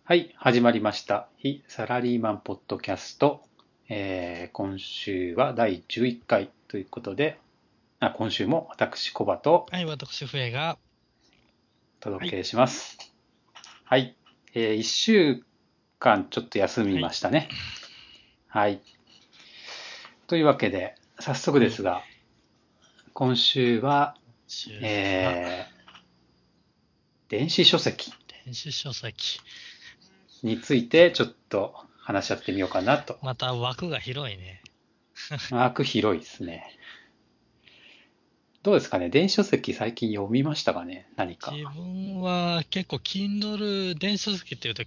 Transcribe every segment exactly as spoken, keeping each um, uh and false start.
はい、始まりました。非サラリーマンポッドキャスト。えー今週はだいじゅういっかいということで、あ、今週も私、コバとはい、私、笛が、 お届はい、 けします。はい、えいっしゅうかんちょっと休みはい、 ましたね。はい。というわけで、早速はい、 ですが、今週は、 週は、 えー電子書籍電子書籍。 についてちょっと話し合ってみようかなと。 また枠が広いね。 枠広いですね。どうですかね、電子書籍最近読みましたかね、何か。 自分は結構 Kindle、電子書籍っていうと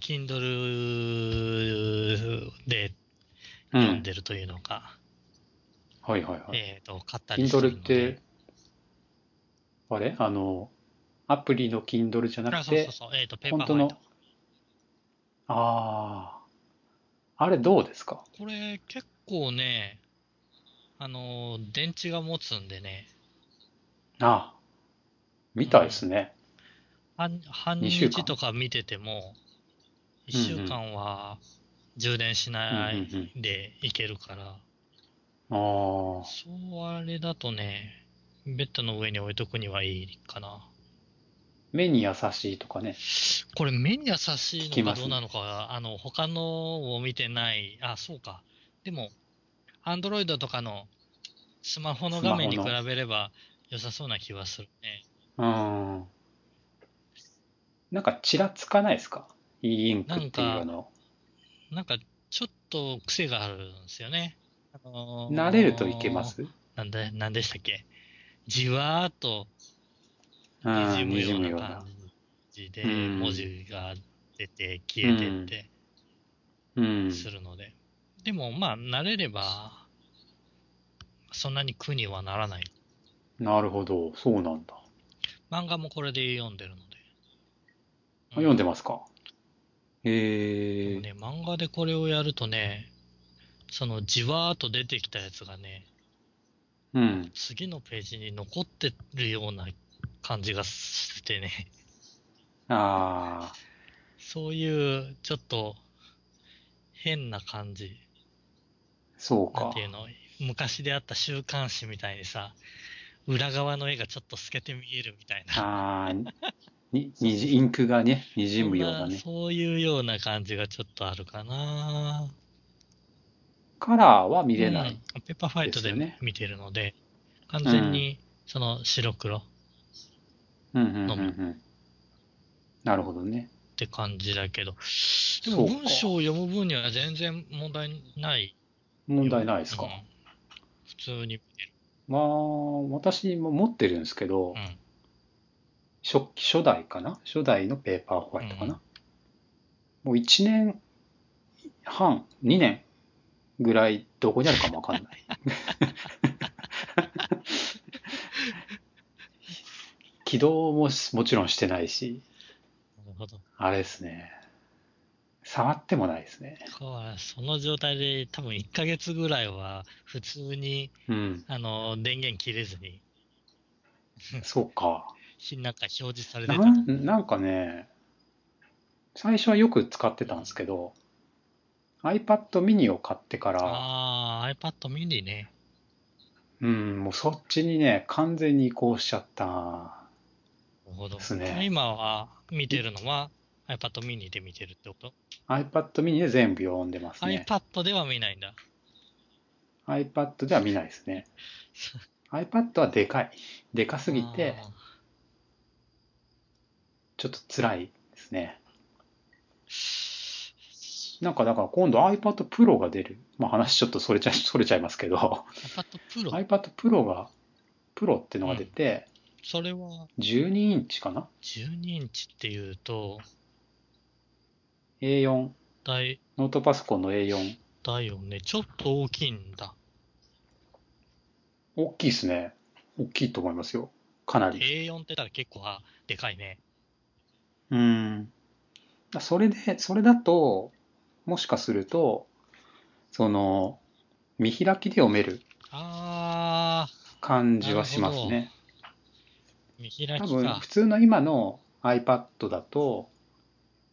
Kindle でうん。 読んでるというのか、 はいはいはい。 えっと、買ったりす Kindle っるので、 て、あれあの、アプリの Kindle じゃなくあ、そうそうて、 そう、えっと、ペーパーホワイト。 本当の、ああ、あれどうですか？ これ結構ね、あの、電池が持つんでね、 ああ、みたいですうん、 ね。 半、半 2週間日とか見てても、一週うんうん。 間は充電しうんうないんでいけるから、 うん。ああ、 そうあれだとね、ベッドの上に置いとくにはいいかな。 目に優しいとかね、 これ目に優しい聞のかどうなきますね。 のか、あの、他のを見てない。あ、そうか。でも、Android とかのスマホのス画面に比マホの。 べれば良さそうな気はするね。 うん。なんかちらつかないですか？ E インクっていうあなんか、 の、 なんか、ちょっと癖があるんですよね。あ慣れるといけまのー、 す？ なんで、なんでしたっけ？じわーっとうん、にじ滲むようむような。 な感じうで文ん、 字が出てう消えてっん、 てうん。 するので。でもまあ慣れればそんなに苦にはならない。 なるほど、そうなんだ。 漫画もこれで読んでるので。 あ、読んうん。 でますか？へえ、 でもね、漫画でこれをやるとね、そのじわーっと出てきたやつがね、なんかうん。 次のページに残ってるような感じがしてね、 ああ、 そういうちょっと変な感じ。 そうか。 なんていうの、昔であった週刊誌みたいにさ、裏側の絵がちょっと透けて見えるみたいな。 ああ、に、にじ、インクがね、にじそんな、 むようなね。 そういうような感じがちょっとあるかな。 カラーは見うん。 れないペーパーファイトでですよね。 見てるので、完うん。 全にその白黒っうん、うん、うん、うのみっん。なるほどね。 て感じだけど、でもそうか。 文章を読む分には全然問題ない問題よ。 ないですか？ うん。普通に見てる。 まあ、私も持ってるんですけど、 うん。 初期、初代かな初代のペーパーホワうんうん。 イトかな。もういちねんはん、にねんぐらいどこにあるかもわかんない。起動ももちろんしてないし、 なるほど。 あれですね。触ってもないですね。 こうその状態で多分いっかげつぐらいは普通に、 うん。 あの、電源切れずに、 そうか。 ひなんか表示されてたと思う。 なん、なんかね、最初はよく使ってたんですうん。 けど、iPad mini を買ってから、 ああ、iPad mini ね。 うん、もうそっちにね、完全に移行しちゃったなるほど。 ですね。 今は見ているのは iPad mini で見てるってこと？ iPad mini で全部読んでますね。 iPad では見ないんだ。 iPad では見ないですね。iPad はでかい。でかすぎて、 あちょっと辛いですね。なんかだから今度 iPad Pro が出る。まあ話ちょっとそれちゃ、それちゃいますけど、 あ、iPad Pro。 iPad Pro が、Pro ってのが出うん。 て、 それはじゅうにインチかな？ じゅうにインチっていうと、 エーよん、 だい、 ノートパソコンの エーよん。 だよね。ちょっと大きいんだ。 大きいですね。大きいと思いますよ。かなり。 エーよん って言ったら結構、あ、でかいね。 うん。それで、それだと、もしかすると、その、見開きで読めるあー、なる感じはしほど。 ますね。 見開多分、 きか。 普通の今の iPad だと、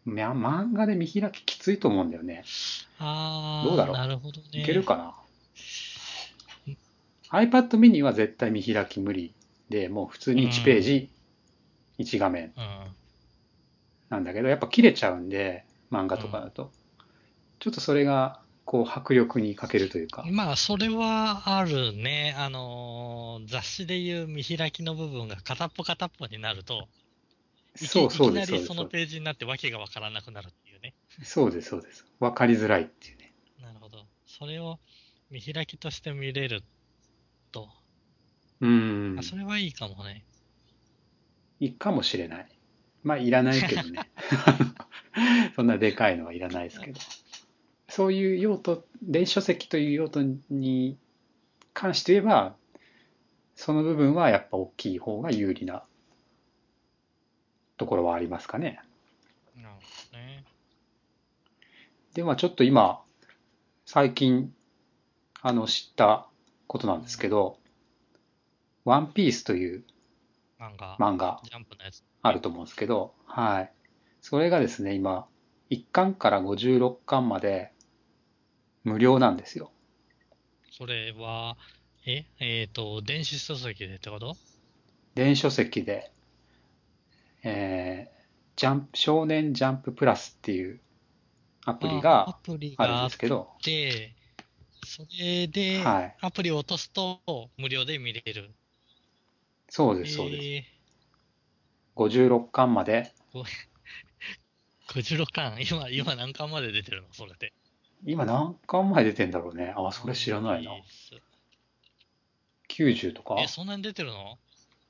ま漫画で見開ききついと思うんだよね。どうだあー、 ろなるほどう。いけるね。 かな。iPad mini は絶対見開き無理で、もう普通うにいちペーん。 ジいち画面うん。 なんだけど、やっぱ切れちゃうんで、漫画とかだと。ちょっとそれが、こう、迫力に欠けるというか。 うん。まあ、それはあるね。あのー雑誌でいう見開きの部分が片っぽ片っぽになると、いき、 そうそうです、 いきなりそうです、そうでそのページになってわけがわからなくなるっていうね。 す。そうです、そうです。わかりづらいっていうね。 なるほど。それを見開きとして見れると、 うーあ、 ん。 それはいいかもね。 いいかもしれない。まあ、いらないけどね。そんなでかいのはいらないですけど。そういう用途、電子書籍という用途に関して言えば、その部分はやっぱ大きい方が有利なところはありますかね。 なるほどね。 で、まあちょっと今、最近、あの、知ったことなんですけうん。 ど、ワンピースという漫画、 漫画ジャンプのやつね。 あると思うんですけど、はい。それがですね、今、いっかんからごじゅうろっかんまで無料なんですよ。 それは、え、えっと、電子書籍でってこと？ 電子書籍で、えージャンプ、少年ジャンププラスっていうアプリあ、アがプリあるんがあっですけど、 て、それで、 はい。 アプリを落とすと無料で見れる。 そうです、そうです。 えごじゅうろっかんまで、 ー、ごじゅうろっかん、今、今何巻まで出てるのそれで。 今何巻前出てんだろうね。あ、それワン知らないな。 ピース。 きゅうじゅうとえ、 かそんなに出てるの？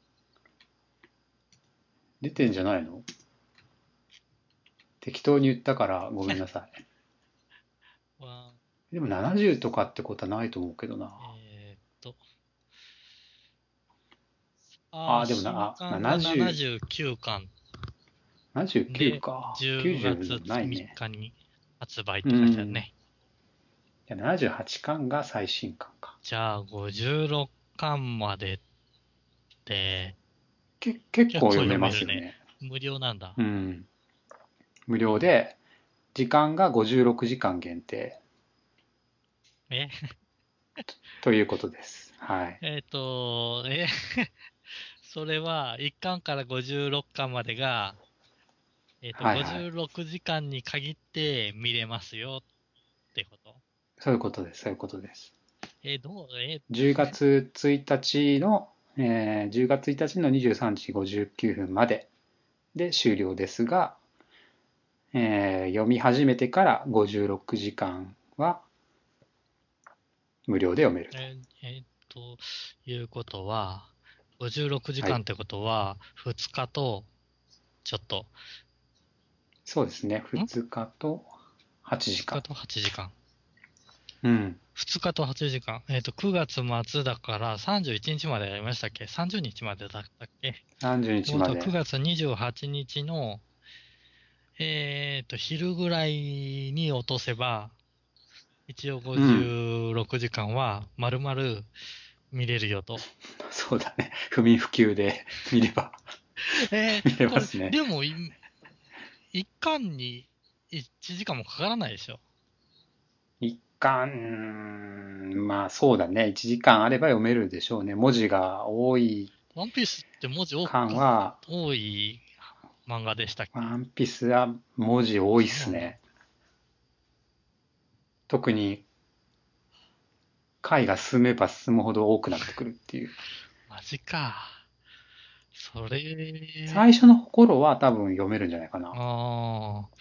出てんじゃないの？適当に言ったからごめんなさい。 ワン、 でもななじゅうとかってことはないと思うけどな。 えーっと、あー、 あ、でもな、 新あ、 刊がななじゅう、 ななじゅうきゅうかんななじゅうきゅうで、 か。 10 きゅうじゅうで月もない 3 ね。 日に発売っうて書いてあるん。 ね。 いやななじゅうはちかんが最新刊か。 じゃあ、ごじゅうろっかんまでって、 け、結結構構読め読めるね。 ますよね。 無料なんだ。 うん。無うん。 料で、時間がごじゅうろくじかん限定え、 ということです。はい。 えっと、え、それはいっかんからごじゅうろっかんまでが、えっと、 はいはい。 ごじゅうろくじかんに限って見れますよってこと？ そういうことです。そういうことです。 え、どう、え、 じゅうがつついたちの、えーじゅうがつついたちのにじゅうさんじごじゅうきゅうふんまでで終了ですが、えー読み始めてからごじゅうろくじかんは無料で読めると。 え、えっと、いうことは、ごじゅうろくじはい。 かんってことは、ふつかと、ちょっと、 そうですね。 んふつかとはちじ ?ふつ間。 日とはちじかん。 うん。 ふつかとはちじかん。えっと、くがつ末だからさんじゅういちにちまでやりましたっけ？ さんじゅう 日までだったっけ？っ 30 てことは日まで。 くがつにじゅうはちにちの、えっと、昼ぐらいに落とせば、一応うん。 ごじゅうろくじかんは丸々見れるよと。 そうだね。不眠不休で見ればえー、 見れこれ、 ますね。 でも、い一巻にいちじかんもかからないでしょ。 一巻、まあそうだね。いちじかんあれば読めるでしょうね。文字が多いワンピースって文字多か、 巻は、 多い漫画でしたっけ？ ワンピースは文字多いっそうなんだ。 すね。特に回が進めば進むほど多くなってくるっていう。 マジか。それ、 最初の頃は多分読めるんじゃないかな。 ああ、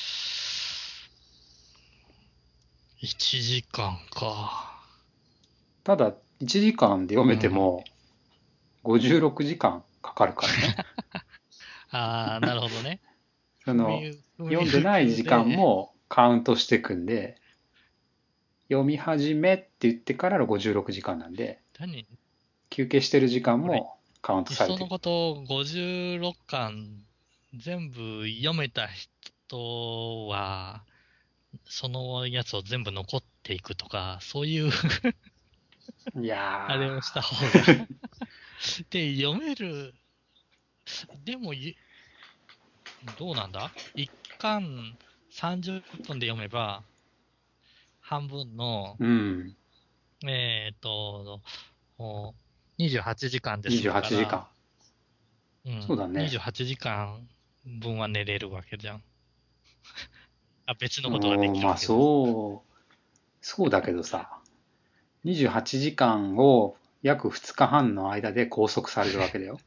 いちじかんか。 ただ、いちじかんで読うん。 めてもごじゅうろくじかんかかるからね。 ああ、なるほどね。 その、 不眠、不眠読んで不ない時間休で、 もカウントしていくんで、読み始めって言ってからのごじゅうろくじかんなんで、 何休憩してる時間これ、 もカウントいっそのされてる。 ことごじゅうろっかん全部読めた人は、そのやつを全部残っていくとか、そういういやあれをした方がで、読める、でもゆ、どうなんだい巻さんじゅっぷんで読めば、半分の、 うん。 えっと、おにじゅうはちじかんで済む 28 から、 時間。 うん、 そうだね。 にじゅうはちじかんぶんは寝れるわけじゃん。あ、別のことがでおー、まあきるわけじゃん。 そう、そうだけどさ、にじゅうはちじかんを約ふつかはんの間で拘束されるわけだよ。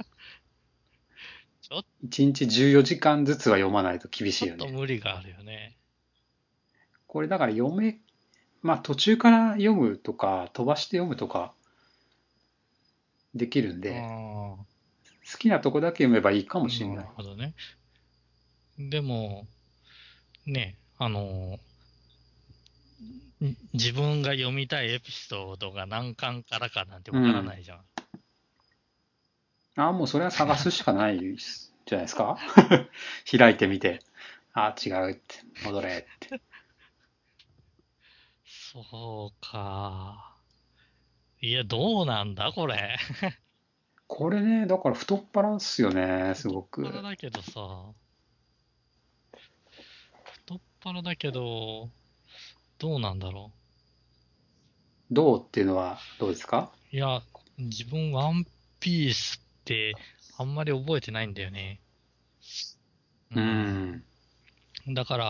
ちょ、 いちにちじゅうよじかんずつは読まないと厳しちょっといよね。 無理があるよね。 これだから読め、まあ途中から読むとか、飛ばして読むとかできるんで、 あ好きなとこだけ読めばいいかもあ、なしれない。 るほどね。でも、ね、あの、ん自分が読みたいエピソードが何巻からかなんてわからなうん。 いじゃん。 ああ、もうそれは探すしかないじゃないですか。開いてみて、ああ、違うって、戻れって。 そうか。いや、どうなんだ、これ。 これね、だから太っ腹っすよね、す太っごく。 腹だけどさ、太っ腹だけど、どうなんだろどうっていうのはどうですか？ う。いや、自分ワンピースってあんまり覚えてないんだよね。ううん。 ん、 だから、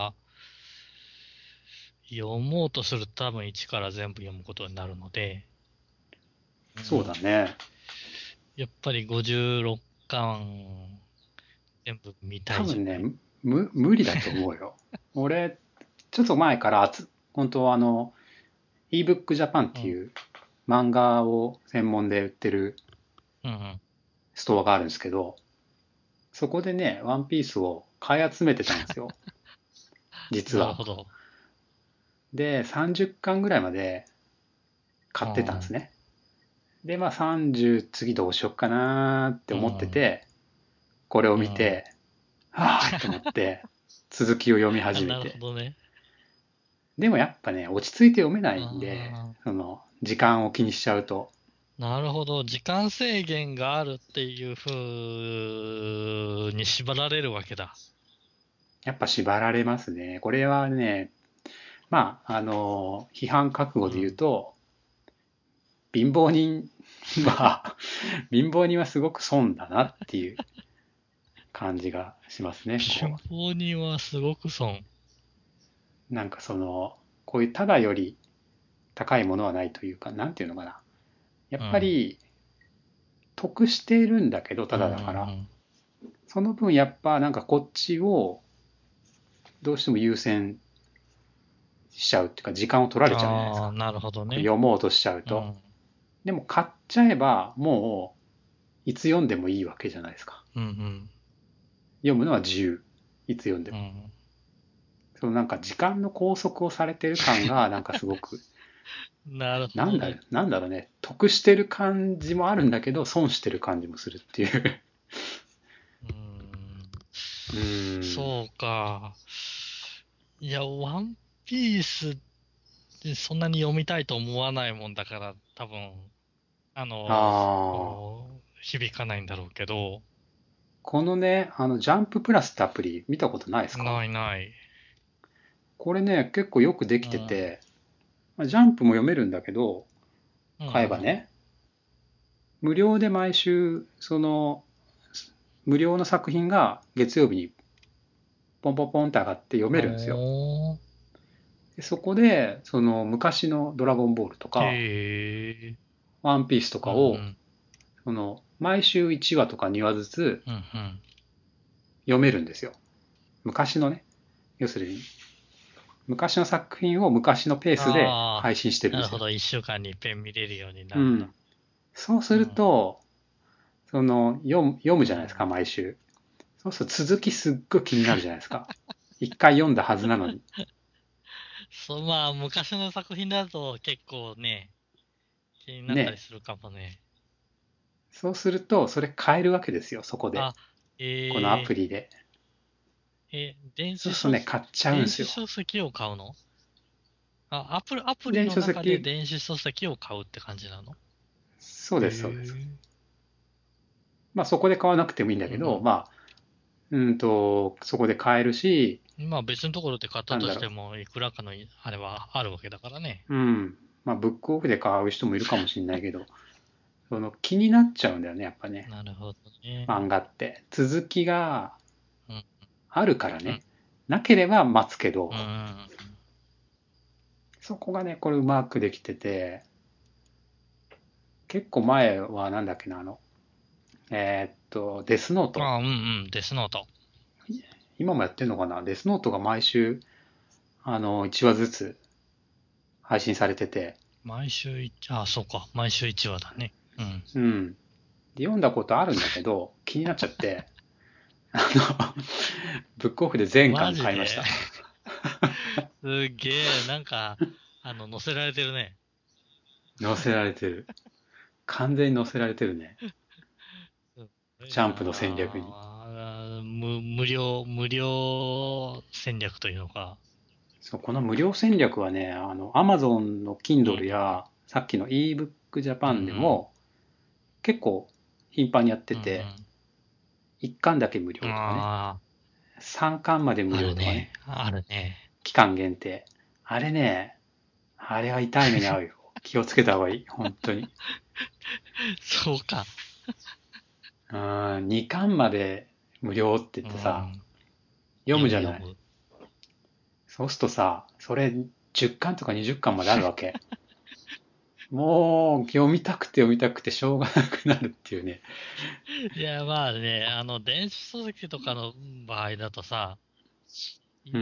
読もうとすると多分一から全部読むことになるので、うそうだん。 ね。 やっぱりごじゅうろっかん全部見た多分ね、 いじゃない。 む、無理だと思うよ。俺、ちょっと前からあつ、本当はあの、ebook Japan っうん。 ていう漫画を専門で売ってるうんうん。 ストアがあるんですけど、そこでね、ワンピースを買い集めてたんですよ。実は。 なるほど。 で、さんじゅっかんぐらいまで買ってたんでうん。 すね。で、まあさんじゅう次どうしよっかなーって思ってうん。 て、これをうん。 見て、はぁと思って続きを読みあ、なるほ始めて。 どね。 でもやっぱね、落ち着いて読めないんで、 ああ。 その、時間を気にしちゃうと、 なるほど。時間制限があるっていう風に縛られるわけだ。 やっぱ縛られますね。これはね、まあ、あの、批判覚悟で言ううん。 と、貧乏人は貧乏人はすごく損だなっていう感じがしますね。こ貧乏人はすごく損。 う、なんかその、こういうただより高いものはないというか、なんていうのかな。やっうん。 ぱり得しているんだけど、たうんうだだから、 んその分やっぱなんかこっちをどうしても優先しちゃうっていうか、時間を取らうん。 れちゃうじゃないですああ、 か。 なるほどね。 これ読もうとしちゃうと。 うん。 でも買っちゃえば、もういつ読んでもいいわけじゃないですか。 うん読むのは自由。いつ読んでうん。うも。 ん。 そのなんか時間の拘束をされてる感が、なんかすごく、 なるほなんだ、 どね。 なんだろうね。得してる感じもあるんだけど、損してる感じもするっていう。 うーん。 うーん。 そうか。いや、ワンピースってそんなに読みたいと思わないもんだから、多分、あの、 ああ。 お響かないんだろうけど、 このね、あの、ジャンププラスってアプリ見たことないですか？ ないない。 これね、結構よくできてうん。 て、まあジャンプも読めるんだけど、 うん。 買えばね、無料で毎週、その、無料の作品が月曜日にポンポンポンって上がって読めるんですよ。 おー。 でそこで、その昔のドラゴンボールとか、 へえ。 ワンピースとうんうかを、 ん。 その、毎週いちわとかにわずつうんうん。 読めるんですよ。昔のね。要するに、昔の作品を昔のペースでああ、 配信してるんですよ。 なるほど。一週間に一遍見れるようになるんだ。 うん。そうするうん。 と、その、読む、読むじゃないですか、 うん。 毎週。そうすると続きすっごい気になるじゃないですか。一回読んだはずなのに。 そう、まあ、昔の作品だと結構ね、気になったりね。 するかもね。 そうすると、それ変えるわけですよ、そこで。 あ、 このアえプリで。 ー、え、電子書、 そうするとね、買っちゃうんで電子すよ。 書籍を買うの？あ、アプリ、アプリ電子の中で書籍、 電子書籍を買うって感じなの？へそうです、そうです。 え。 まあそこで買わなくてもいいんだけど、 うんうん。 まあうんと、そこで買えるし、 まあ別のところで買ったとしなんだろても、いくらかのあれはあるわけだからね。 う。うん。まあ、ブックオフで買う人もいるかもしれないけど、その気になっちゃうんだよね、やっぱね。 なるほどね。 漫画って。続きがうん、 あるからうん、 ね。なければ待つけど、 うん。 そこがね、これうまくできてて、結構前はなんだっけな、あの、えーっと、デスノート。 ああ、うんうん、デスノート。 今もやってんのかな。デスノートが毎週、あの、いちわずつ配信されてて、 毎週一、ああ、そうか。毎週一話だね。うん。 うん。で、読んだことあるんだけど、気になっちゃって、あの、ブックオフで全マジで巻買いました。 すげえ、なんか、あの、載せられてるね。 載せられてる。完全に載せられてるね。 すごいジャンプの戦略に。 なあ無、無料、無料戦略というのか。 そう、この無料戦略はね、あの、Amazon のうんう Kindle ん。 や、さっきの ebook うんう Japan でん。 も結構頻繁にやってうんうて、 ん。 いっかんだけ無料とかね、 あさんかんまで無あ、あ料とかね、 るね。あるね。 期間限定。あれね、あれは痛い目に遭うよ。気をつけた方がいい。本当に。 そうか。 うん、にかんまで無料って言うってさ、 ん。 読むじゃない。 読む読む。 そうするとさ、それじゅっかんとかにじゅっかんまであるわけ。もう読みたくて読みたくてしょうがなくなるっていうね。 いや、まあね、あの、電子書籍とかの場合だとさ、 うん、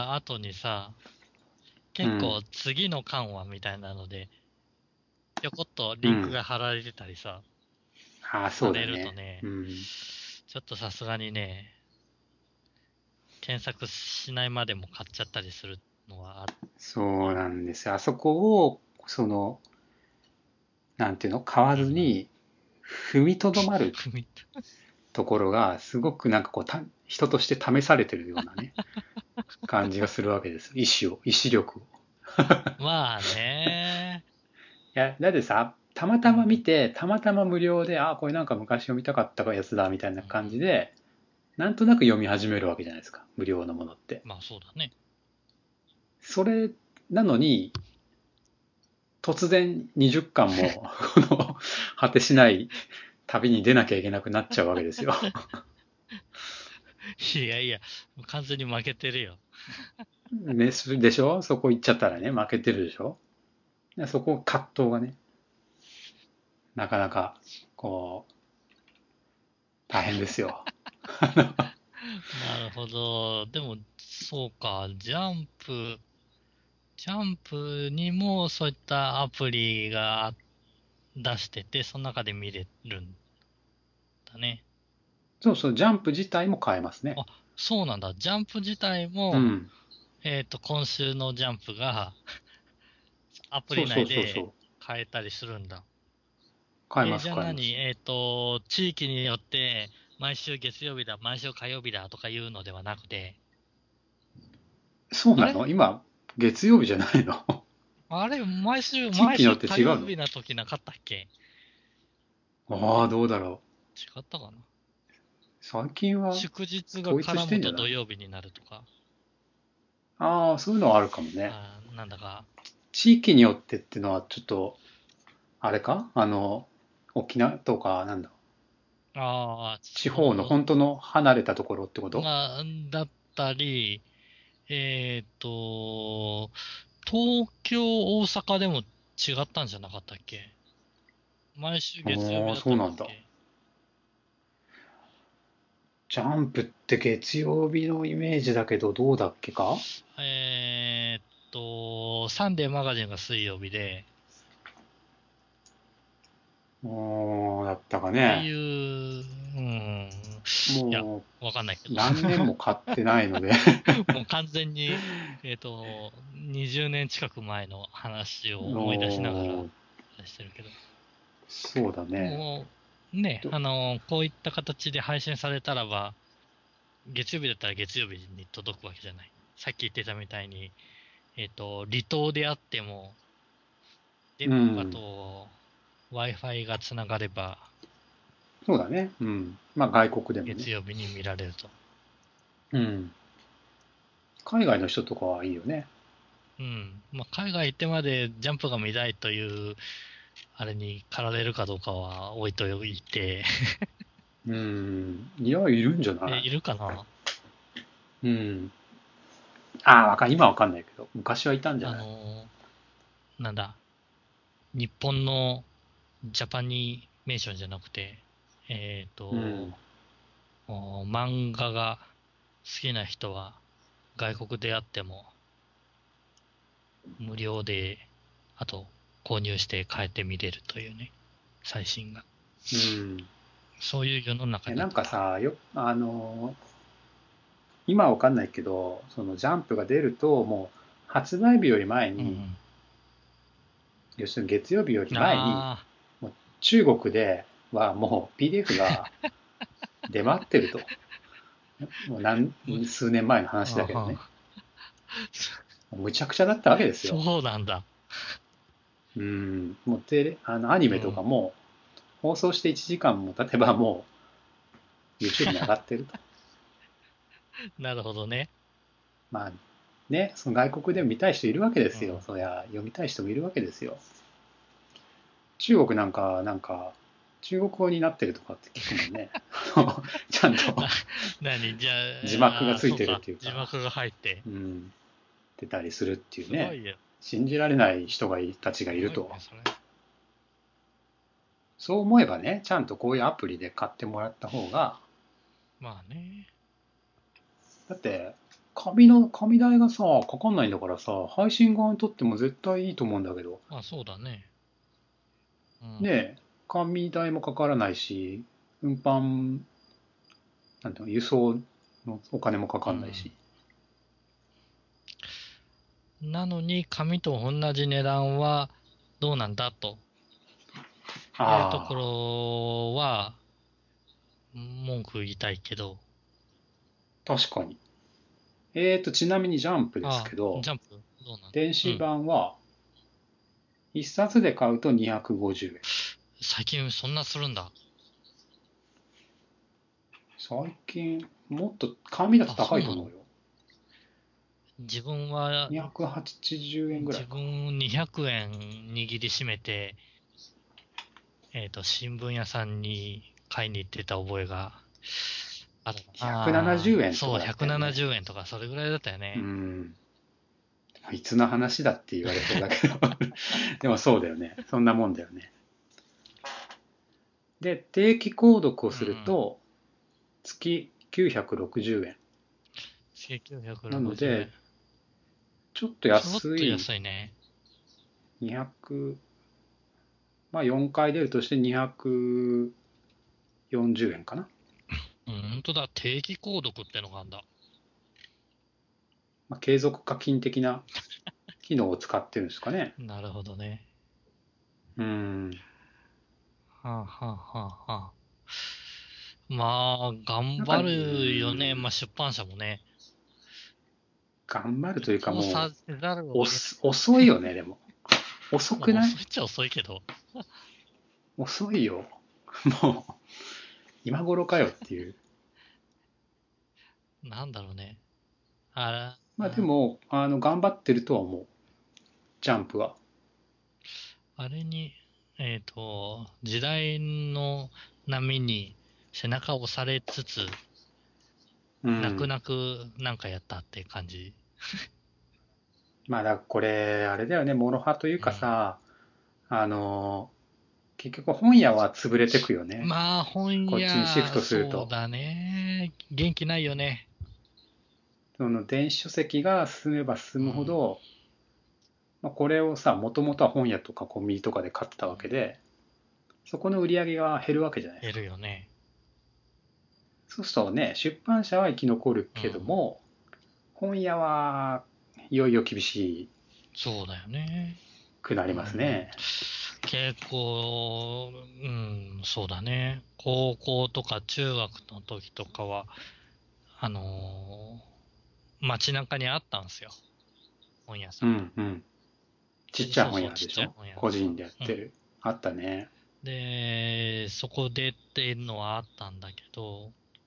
読んだ後にさ、結うん、 構次の巻はみたいなので、ちょこっとリンクうん。 が貼られてたりさ、 ああ、そされるとうだね。 ね、 うん。 ちょっとさすがにね、検索しないまでも買っちゃったりするのはあ、 そうなんですよ。あそこを、その、なんていうの、買わうんうん。 ずに踏みとどまる踏み、 ところが、すごくなんかこう、た人として試されてるようなね、感じがするわけです。意志を、意志力を。 まあね、 いや、だってさ、たまたま見うん、 て、たまたま無料で、あ、これなんか昔読みたかったやつだ、みたいなうんうん。 感じで、なんとなく読み始めるわけじゃないですか。無料のものって。 まあそうだね。 それなのに、突然にじゅっかんも、この、果てしない旅に出なきゃいけなくなっちゃうわけですよ。 いやいや、もう完全に負けてるよ。 ね、それでしょ、そこ行っちゃったらね、負けてるでしょ。そこ葛藤がね、なかなか、こう、大変ですよ。 なるほど。でも、そうか、ジャンプ、ジャンプにもそういったアプリが出してて、その中で見れるんだね。 そうそう、ジャンプ自体も変えますね。 あ、そうなんだ。ジャンプ自体も、 うん。 えっと、今週のジャンプがアプリそうそ内でうそうそう。 変えたりするんだ。えー変えます、 じゃあ何変えます。 えっと、地域によって、毎週月曜日だ、毎週火曜日だとかいうのではなくて、あれそうなの今、月曜日じゃないの？ あれ毎週、 地域によ毎週って違うの？ 火曜日な時なかったっけ？ ああ、どうだろ違ったかな？ う。最近は祝日が統一し絡むとてんじゃない？ 土曜日になるとか、 ああ、そういうのはあるかもね。 あーなんだか、 地域によってっていうのはちょっと、あれかあの、沖縄とか、なんだ、 ああ、 地方のそう、 本当の離れたところってこと？ まあ、だったり、えっと、東京、大阪でも違ったんじゃなかったっけ？毎週月曜日ああ、 だったそうなんだ。 んだっけ？ ジャンプって月曜日のイメージだけど、どうだっけか？ えーっと、サンデーマガジンが水曜日で、 おー、だったかってね。 いう、うん、いや、 もわかんないけう、 ど。 何年も買ってないので。 もう完全に、えっと、にじゅうねん近く前の話を思い出しながらおー、 話してるけど。 そうだでね。 も、ね、 とあの、こういった形で配信されたらば、月曜日だったら月曜日に届くわけじゃない。さっき言ってたみたいに、えっと、離島であっても、電波うん。 と Wi-Fi がつながれば、 そうだね。うん。まあ外国でもね。 月曜日に見られると。 うん。海外の人とかはいいよね。 うん。まあ、海外行ってまでジャンプが見たいという、あれに駆られるかどうかは置いといて、 うん。いや、いるんじゃえ、 ない？ いるかな？ うん。ああ、わかん、今わかんないけど、昔はいたんじゃあない？ のーなんだ、日本のジャパニメーションじゃなくて、えっと、 うん。 お漫画が好きな人は外国であっても無料で、あと購入して帰って見れるというね、最新が。 うん。 そういう世の中え、なんだと多分。 かさ、よ、あのー今はわかんないけど、そのジャンプが出ると、もう発売日より前に、 うん要するに月曜日よりうん。 前に、 あもう中国ではもう ピーディーエフ が出回ってると。もう何、 あ、む、 数年前の話だけどね。 ああ、 むちゃくちゃだったわけですよ。 そうなんだ。 うん。もうテレ、あの、アニメとかうん。 も放送していちじかんも経てばもう YouTube に上がってると。 なるほどね。 まあね、その外国でも見たい人いるわけですよ。 うん。 そりゃ読みたい人もいるわけですよ。中国なんか、なんか、中国語になってるとかって聞くもんね。ちゃんな、 となに、じゃ字幕あ、あーがついてるっそうか。 ていうか、 字幕が入って。 うん、出たりするっていうね。 すごいよ。 信じられない人がいたちがいると。 すごいね、それ。 そう思えばね、ちゃんとこういうアプリで買ってもらった方が、 まあね。 だって、紙の、紙代がさ、かかんないんだからさ、配信側にとっても絶対いいと思うんだけど、 まあそうだね。うん。 ねえ、紙代もかからないし、運搬、なんていうの、輸送のお金もかうん。 かんないし。 なのに、紙と同じ値段はどうなんだというとこあろは、文句言いたいけど、 あ、確かに。えーと、ちなみにジャンプですああ、 けど、 ジャンプどうなんだ？ 電子うん。 版はいっさつで買うとにひゃくごじゅうえん。 最近そんなするんだ。 最近、もっと紙だとあ、そうなの？ 高いと思うよ。 自分は、 にひゃくはちじゅうえんぐらい自か。 分にひゃくえん握りしめて、えっと、新聞屋さんに買いに行ってた覚えがあるな。 170 ああ、そう、 円とかだったよ 170 ね。 円とか、それぐらいだったようね。 ん。いつの話だって言われそうだけどでもそうだよね。そんなもんだよね。で、定期購読をするうんうん。 と、月きゅうひゃくろくじゅうえん。なのきゅうひゃくろくじゅうえん。 で、ちょっとちょっと安い安いね。 にひゃく、まあよんかい出るとしてにひゃくよんじゅうえんかな。 うん、本当だ。定期購読ってのがあるんだ。 まあ、継続課金的な機能を使ってるんですかね。 なるほどね。 うん。 はあ、はあはあはあ、まあ、頑なんか、う張るよね。 ん、 まあ、出版社もね。 頑張るというかもそうさせざるう、 を得ない。 遅遅いよね、でも。遅まあ、 くない？ 遅いっちゃ遅いけど。 遅いよ。もう、今頃かよっていう。 なんだろうね。あら、 まあであも、あの、頑張ってるとは思う。ジャンプは。 あれに、えっと、時代の波に背中を押されつつ、泣くうん。 泣くなんかやったって感じ。 まあだからこれ、あれだよね、モロハといううん。 かさ、あの、結局本屋は潰れてくよね。 まあ、本こっちにシフ屋、 トすると。 そうだね。元気ないよね。 その電子書籍が進めば進うん。 むほど、まあ、これをさ、もともとは本屋とかコンビニとかで買ってたうん。 わけで、そこの売り上げが減るわけじゃないです減るか。 よね。 そうするとね、出版社は生き残るけどうん。 も、本屋はいよいよ厳しそうだよね。 くなりうん。 ますね。 結構、うん、そうだね。高校とか中学の時とかは、あのー街中にあったんですよ。本屋さうん。 んうん。ちっちゃいそうそう、 本屋でしょ？ ちっちゃい本屋さん。 個人でやっうん。 てる。あったね。 で、そこでっていうのはあったんだけど、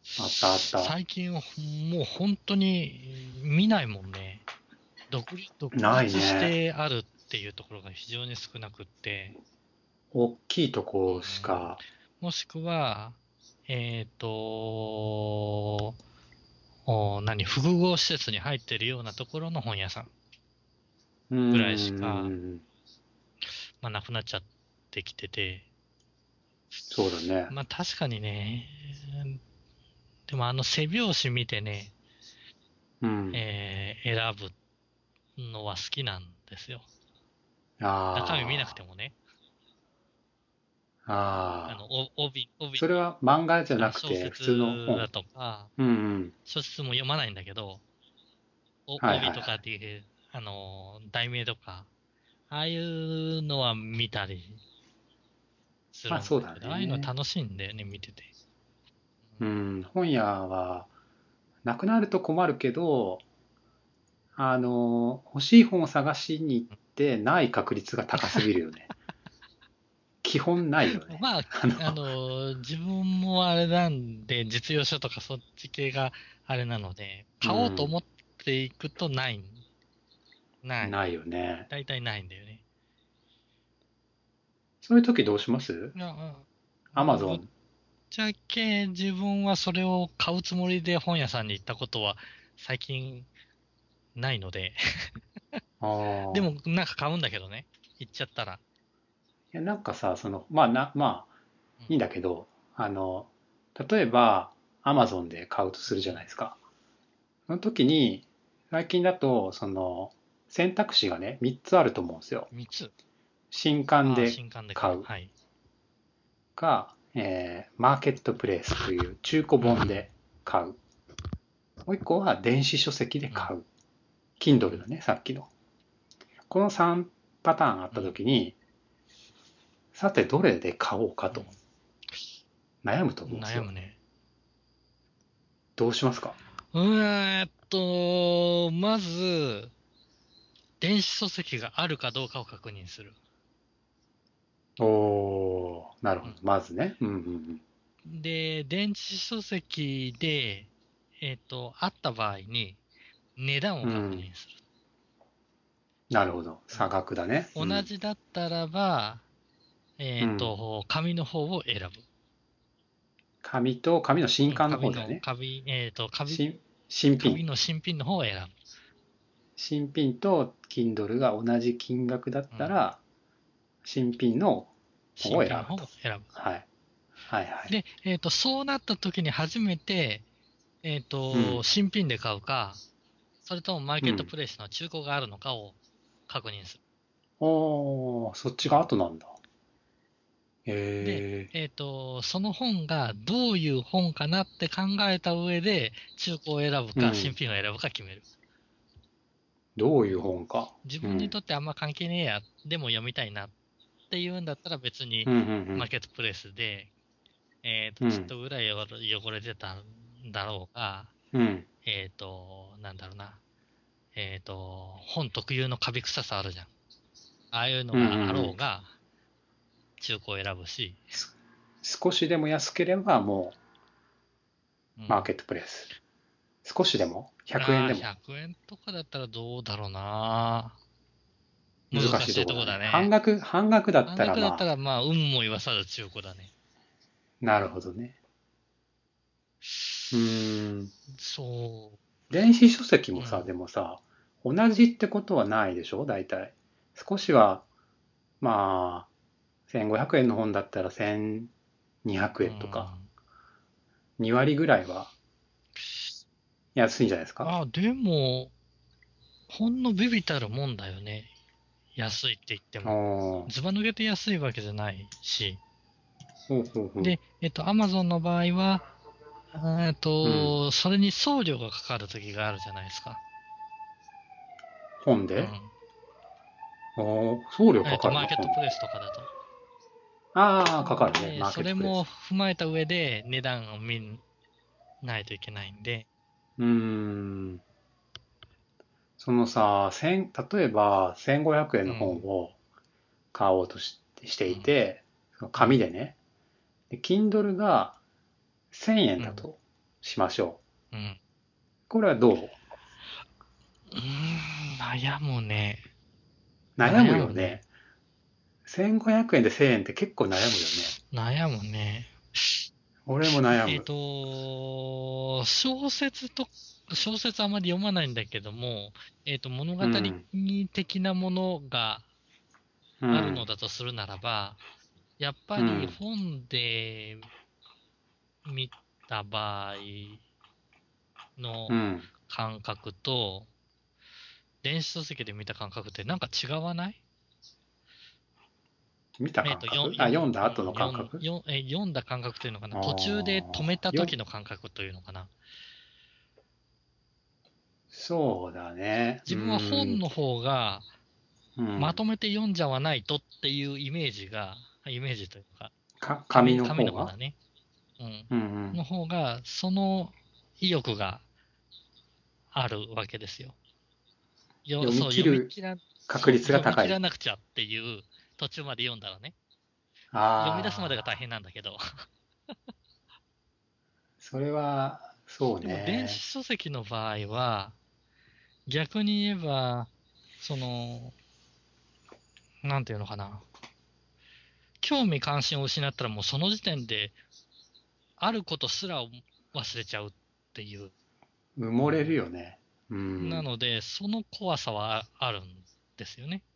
あったあった。 最近はもう本当に見ないもんね。独立、独ない立しね。 てあるっていうところが非常に少なくって、 大きいとうこしん、 か。 もしくは、えっと、お何、複合施設に入ってるようなところの本屋さんうーぐらいしか、 ん。 まあ、なくなっちゃってきてて、 そうだね。 まあ確かにね、でもあの背表紙見てね、 うん。 えー選ぶのは好きなんですよ。中身見なくてあもね、 あ。ああ。 あの、お帯、帯それに、 は漫画じゃあなくの小説て普通の本。 だとか、 うんうん。 小説も読まないんだけど、おはいはいはい。 帯とかっていう、あの、題名とか、ああいうのは見たりすまあそうだるんだけど、ああいうのね。 楽しいんだよね、見てて。 うん。本屋はなくなると困るけど、あの、欲しい本を探しに行ってない確率が高すぎるよね。基本ないよね。 まあ、 あの、 あの、自分もあれなんで、実用書とかそっち系があれなので、買おうとうん。 思っていくとない、ない。 ないよね。 大体ないんだよね。 そういう時どうします？ いや、うんぶっアマゾン。 ちゃけ自分はそれを買うつもりで本屋さんに行ったことは最近ないので、 ああ。 でもなんか買うんだけどね。行っちゃったら。 いや、なんかさ、その、まあな、まあ、 うん。 いいんだけど、あの、例えば、アマゾンで買うとするじゃないですか。その時に、最近だと、その、選択肢がね、みっつあると思うんですよ。 みっつ。 新刊ああ、 で新刊で買う。 買うはい。 か、えーマーケットプレイスという中古うん。 本で買う。もう一個は電子書籍でうん。 買う。 う Kindle ん。 だね、さっきの。このさんパターンあったうん。 時に、さてどれで買おうかと悩むとうん。 思うんですよ。 悩むね。 どうしますか？ うーんと、まず、電子書籍があるかどうかを確認する。 おー、なるほど。 うん。 まずね。うんうんで、電子書籍で、えっと、あった場合に、値段をうん。うん。 確認する。 なるほど。差うん額だね。う同ん。 じだったらば、えっうん。 と、紙の方を選ぶ。 紙と、紙の新うん、 刊の紙の、 方だよね。 紙、えっと、紙、 新、新品。 紙の新品の方を選新品と Kindle が同じ金額だっぶ。うん。 たら、新品の方を新品の方選ぶと。 を選ぶ。 はい。はいはい。 で、えっと、そうなった時に初めて、えっと、 うん。 新品で買うか、それともマーケットうん。 プレイスの中古があるのかを確認する。 おー、そっちがうん。 後なんだ。 で、 へえ。 えっと、その本がどういう本かなって考えた上で、中古を選ぶか、新うん。 品を選ぶか決める。 どういううん。 本か。 自分にうん。 とってあんま関係ねえや、でも読みたいなっていうんだったら別にうんうんマーケットプレイスで、えっと、 うん。うん。 ちょっとぐらい汚れ汚れてたんだろうが、 うん。 えっと、なんだろうな。えっと、本特有のカビ臭さあるじゃん。ああいうのうんうんうがあろん。 うが、中古を選ぶし、 す少しでも安ければもうん。 うマーケットプレイス。少しでも ?ひゃく 円ああ、 でもひゃくえんとかだったらどうだろうな。難難しいしいとところだね。 こだね。 半額、半額だっ半たらま額だったら、まあ、運も言わさず中古だね。 あ、なるほどね。うーん。 そ電子書籍う。うもさ、 ん。 でもさ、同じってことはないでしょ大体。少しは、まあ、せんごひゃくえんの本だったらせんにひゃくうえんとか、 ん。 に割ぐらいは安いんじゃないですか？ あ、でも、ほんのビビたるもんだよね。安いって言っておも。 ー、 ずば抜けて安いわけじゃないし。 ほうほうほう。 で、えっと、アマゾンの場合は、えっうん。 と、それに送料がかかる時があるじゃないですか。 本で。 うん。 おー、送料えっと、 かかるの本。 マーケットプレイスとかだと。 ああ、かかるね。 で、 マーケそれもットプレイス。 踏まえた上で値段を見ないといけないんで、 うーん。そのさ、千例えばせんごひゃくえんの本うん、 を買おうとししてうん、 いて、 うん、 紙でね。で、Kindle がせんえんうん。 だと。 しましょうん。うう。これはどう？ ーん、悩むね。 悩む悩むね。 よね。せんごひゃくえんでせんえんって結構悩むよね。 悩むね。 俺も悩えっむ。 と、小説と、小説あまり読まないんだけども、えっと、物語うん。 的なものがあるのうん。 だとするならば、やっぱりうん。 本で見た場合のうん。 感覚と、電子書籍で見た感覚ってなんか違わない？ 見たえっと、よ感覚あ、 読ん、 読んだ後のうん、読ん、 感覚。 読んえ読んだ感覚というのかな、 あ途中で止めたあ、よ、 時の感覚というのかな。 そうだね。う自分は本ん。 の方がうん。 まとめて読んじゃわないとっていうイメージが、イメージというか、 か、紙紙、紙の方が。 の方だね。うん。 うん。 の方が、その意欲があるわけですよ。よ、 読みそう、読み切る切ら、 確そう、読み切率が高い。 らなくちゃっていう途中まで読んだらね。読み出すまでが大ああ、 変なんだけど。 それは、そうでも電子ね。 書籍の場合は、逆に言えば、その、なんていうのかな。興味関心を失ったらもうその時点で、あることすら忘れちゃうっていう。 埋もれるよね。うん。 なので、その怖さはあるんですよね。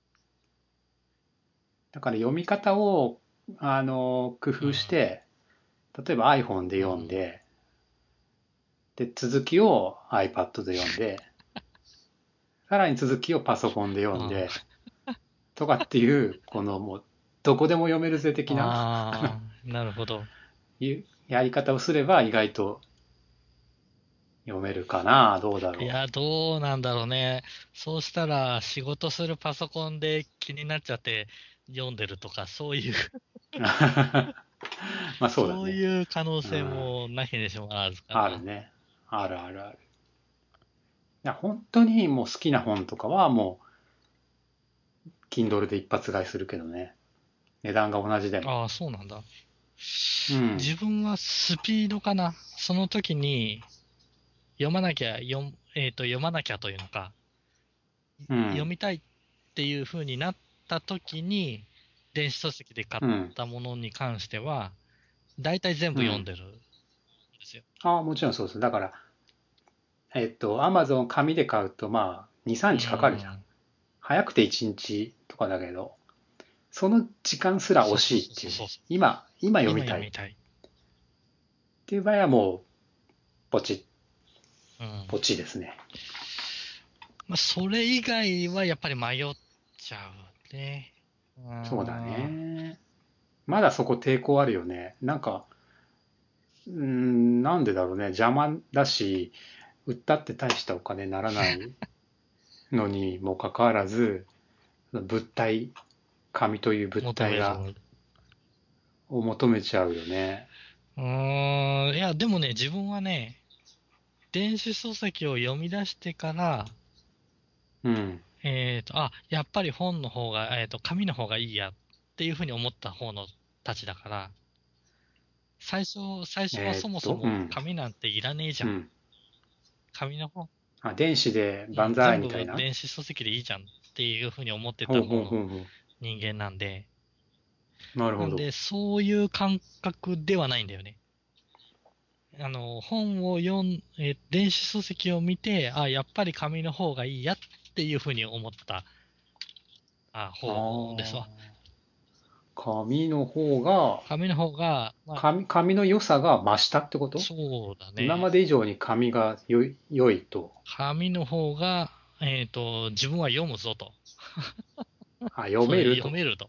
だから読み方を、あの、工うん。 夫して、例えば iPhone でうん。 読んで、で、続きを iPad で読んで、さらに続きをパソコンで読んあで、とかっていう、このもう、どこでも読めるぜ的なあー、なるほど。 いうやり方をすれば意外と読めるかな。どうだろいや、どうなんだろうね。そうしたら、仕事するパソコンで気になっちゃって読んでるとか、そういうう。まあそうだそうね。 いう可能性うん。 もなきにしもあらずかな。 あるね。あるあるある。いや、本当にもう好きな本とかはもう、Kindle で一発買いするけどね。値段が同じでも。 ああ、そうなんだ。 うん。 自分はスピードかな。その時に読まなきゃ、読ん、えっと、読まなきゃというのか、 うん。 読みたいっていう風になった時に、電子書籍で買っうん。 たものに関しては、大体全部うん。 読んでるんですよ。 ああ、もちろんそうです。だから、えっと、Amazon 紙で買うと、まあ、に、3 う日かかるじゃん。 ん。 早くていちにちとかだけど、その時間すら惜そうそうしいっていうね。 そうそうそう。 今、今読み今たいっ読みたい。 ていう場合はもう、ポチうん。 ポチですね。 まあ、それ以外はやっぱり迷っちゃうね。うーそうだん。 ね。まだそこ抵抗あるよね。なんか、うーん、なんでだろうね。邪魔だし、売ったって大したお金にならないのにもかかわらず、物体、紙という物求める。 体が、を求めちゃうよね。 うーん。いや、でもね、自分はね、電子書籍を読み出してから、 うん。 えっと、あ、やっぱり本の方が、えっと、紙の方がいいやっていうふうに思った方のたちだから、最初、最初はそもそえーっと、うん。 も紙なんていらねえじゃん。 うん。 紙の方、 あ、電子でうん、 万歳全みたいな。 部電子書籍でいいじゃんっていうふうに思ってほうほた方のうほうほ人間なんで、 う。なるほど。 なんで、そういう感覚ではないんだよね。あの、本を読ん、え、電子書籍を見て、あ、やっぱり紙の方がいいやっていうふうに思った、あ、 あ方ですわ。 あ。紙の方が、 紙の方が、まあ、 紙、紙の良さが増したってこと？ そうだね。 今まで以上に紙が良い、良いと。 紙の方が、えっと、自分は読むぞと。 あ、読そう、 めると。 読めると。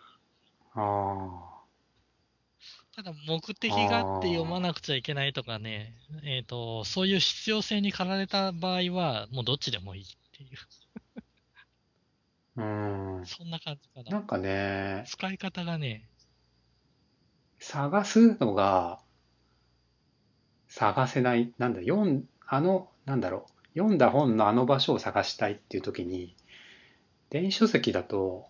あただ、目あ。 的があって読まあなくちゃいけないとかね、えっと、そういう必要性に駆られた場合は、もうどっちでもいいっていう、 あ。うん。 そんな感じかな。 なんかね、 使い方がね、 探すのが探せない。なんだ、読ん、あの、なんだろう。読んだ本のあの場所を探したいっていう時に、電子書籍だと、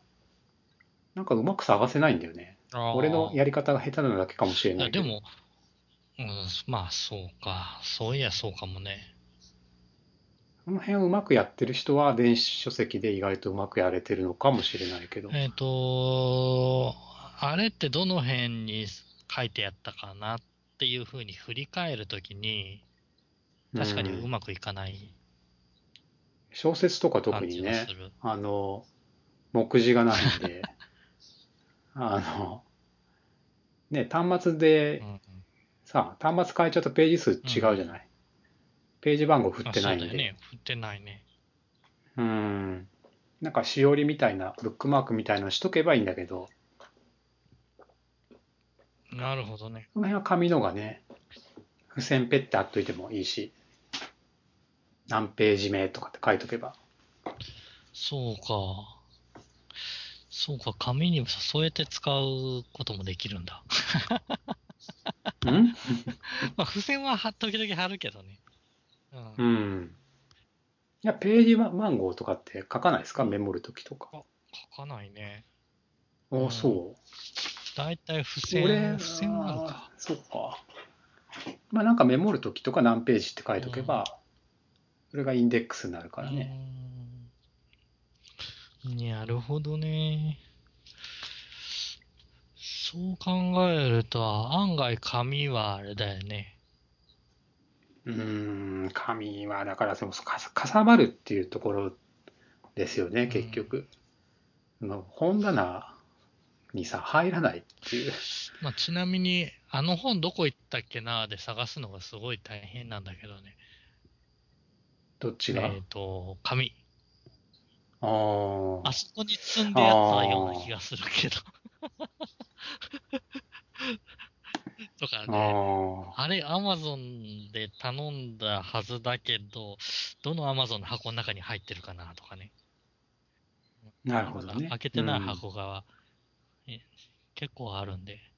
なんかうまく探せないんだよね。俺のあやり方が下手なだけかもしれあ、いや、 ないけど。 でも、 うん、まあ、そうか。そういや、そうかもね。 この辺をうまくやってる人は電子書籍で意外とうまくやれてるのかもしれないけど。 えっと、あれってどの辺に書いてあったかなっていうふうに振り返るときに、 う確かにうん。 まくいかない小説とか特感じがすにね、 る。 あの、目次がないんで、あの、ね、端末でうん。 さ、端末変えちゃうとページ数違ううん。 じゃない。ページ番号振っあ、 てないんで。 そうだよね。振ってないね。 うん。なんかしおりみたいな、ブックマークみたいなのしとけばいいんだけど、 なるほどね。 その辺は紙のがね、付箋ペッて貼っといてもいいし、何ページ目とかって書いとけば。 そうか。そうか。紙に添えて使うこともできるんだ。 んまあ、付箋はは時々貼るけどね。うん。 うん。いや、ページ番号とかって書かないですか？メモるときとか。 あ、書かないね。うあ、 ん。 そだいたい付う。俺、 箋、付箋はあるあか。 そっか。まあなんかメモるときとか何ページって書いとけうん。 ば、それがインデックスになるかうらね。 ーん。なるほどね。そう考えると、案外紙はあれだよね。 うーん、紙は、だからそのかさかさばるっていうところですよね、 うん。 結局。その本棚にさ、入らないっていう。 まあ、ちなみに、あの本どこ行ったっけなーで探すのがすごい大変なんだけどね。 どっちが？ えっと、紙。 あーあそこに積んであったような気あがするけど。とかー、 ね。 ああれ、アマゾンで頼んだはずだけど、どのアマゾンの箱の中に入ってるかなとかね。 ー、なるほまどね。 だ開けてないうん。 箱がえ結構あるんで。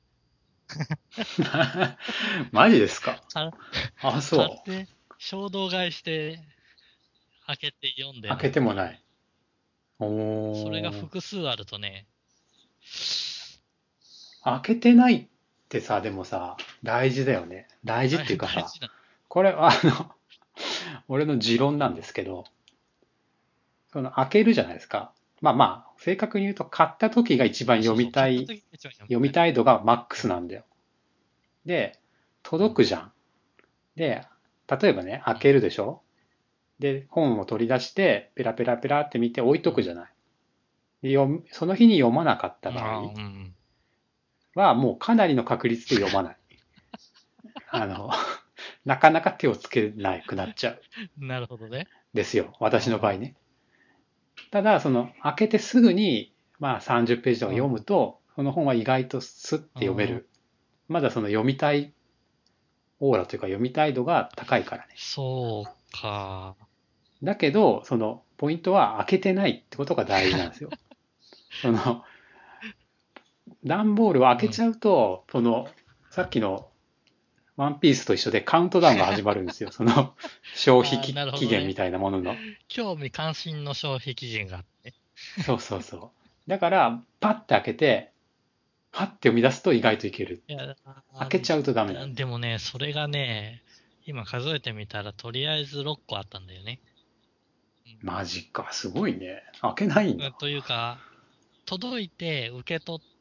マジですか？ かあ、そう。 買って、衝動買いして開けて読んで開ないっていう。 けてもない。 それがおー。 複数あるとね、 開けてないってさ、でもさ、大事だよね。大事っ大ていうかさ、 大事な。 これ、あの、俺の持論なんですけど、その開けるじゃないですか。まあまあ、正確に言うと買った時が一番読そうそう、 みたい、 買った時が一番読み読みたい。 たい度がマックうん。 スなんだよ。で、 うん。 届くじゃん。で、例えばね、開うん。 けるでしょ？で、本を取り出して、ペラペラペラって見て置いうん。 とくじゃない。で読むその日に読まなかった場合ああ、うん。 は、もうかなりの確率で読まない。あの、なかなか手をつけなくなっちゃう。 なるほどね。 ですよ。私の場合あね。ただ、その、開けてすぐに、まあさんじゅっページとかあ、うん。 読むと、その本は意外とスッて読めああ、 る。まだその読みたいオーラというか読みたい度が高いからね。 そうか。 だけど、その、ポイントは開けてないってことが大事なんですよ。その、段ボールを開うん。 けちゃうと、その、さっきのワンピースと一緒でカウントダウンが始まるんですよ。その、消費ああ、なるほどね。 期限みたいなものの。 興味関心の消費基準があって。 そうそうそう。だから、パッて開けて、パッて読み出すと意外といける。 いや、 開あけちゃうとダメなだんで。 でもね、それがね、今数えてみたらとりあえずろっこあったんだよね。 マジか、すごいね。開けないんだ。 うん、というか、届いて受け取って、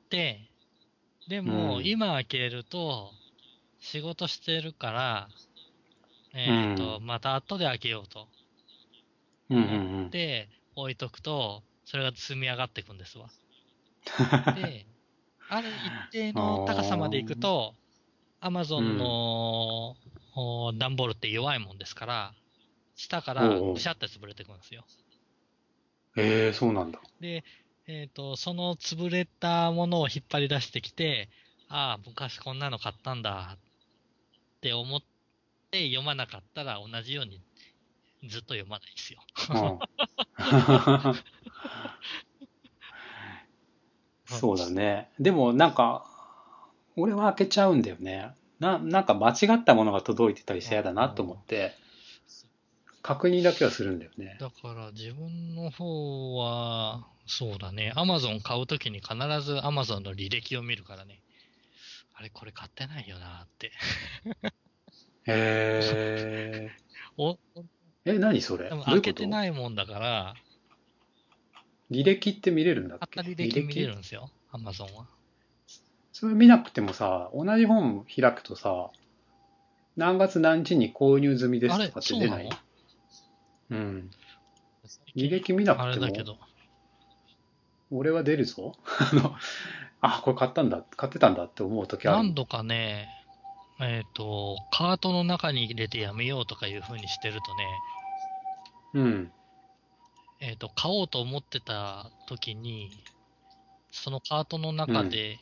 でもうん。 今開けると仕事してるから、 うえっと、 ん。 また後で開けようとうんうんう思っん。 て置いとくと、それが積み上がっていくんですわ。で、ある一定あの高さまで行くーと、アマゾンうん。 のお段ボールって弱いもんですから、下かおうらおう。 ぐしゃって潰れていくんですよ。 ええ、そうなんだ。 で、えっと、その潰れたものを引っ張り出してきて、ああ、昔こんなの買ったんだって思って読まなかったら同じようにずっと読まないですよ。 うん。そうだね。でもなんか、俺は開けちゃうんだよね。な、なんか間違ったものが届いてたりして嫌だなと思って、確認だけはするんだよね。 だから自分の方は、そうだね。アマゾン買うときに必ずアマゾンの履歴を見るからね。 あれこれ買ってないよなって。 へお、 え。え、何それでも開けてどういうこと？ ないもんだから、 履歴って見れるんだっ買ったけ？ 履歴見れ履歴？ るんですよ、アマゾンは。 それ見なくてもさ、同じ本開くとさ、何月何日に購入済みであれ、 すとかってそうなの？ 出ない？うん。 最近、 履歴見なあくても、 れだけど。 俺は出るぞ。あの、あ、これ買ったんだ、買ってたんだって思う時あるもん。 何度かね、えっと、カートの中に入れてやめようとかいう風にしてるとね、 うん。 えっと、買おうと思ってた時に、そのカートのうん。 中で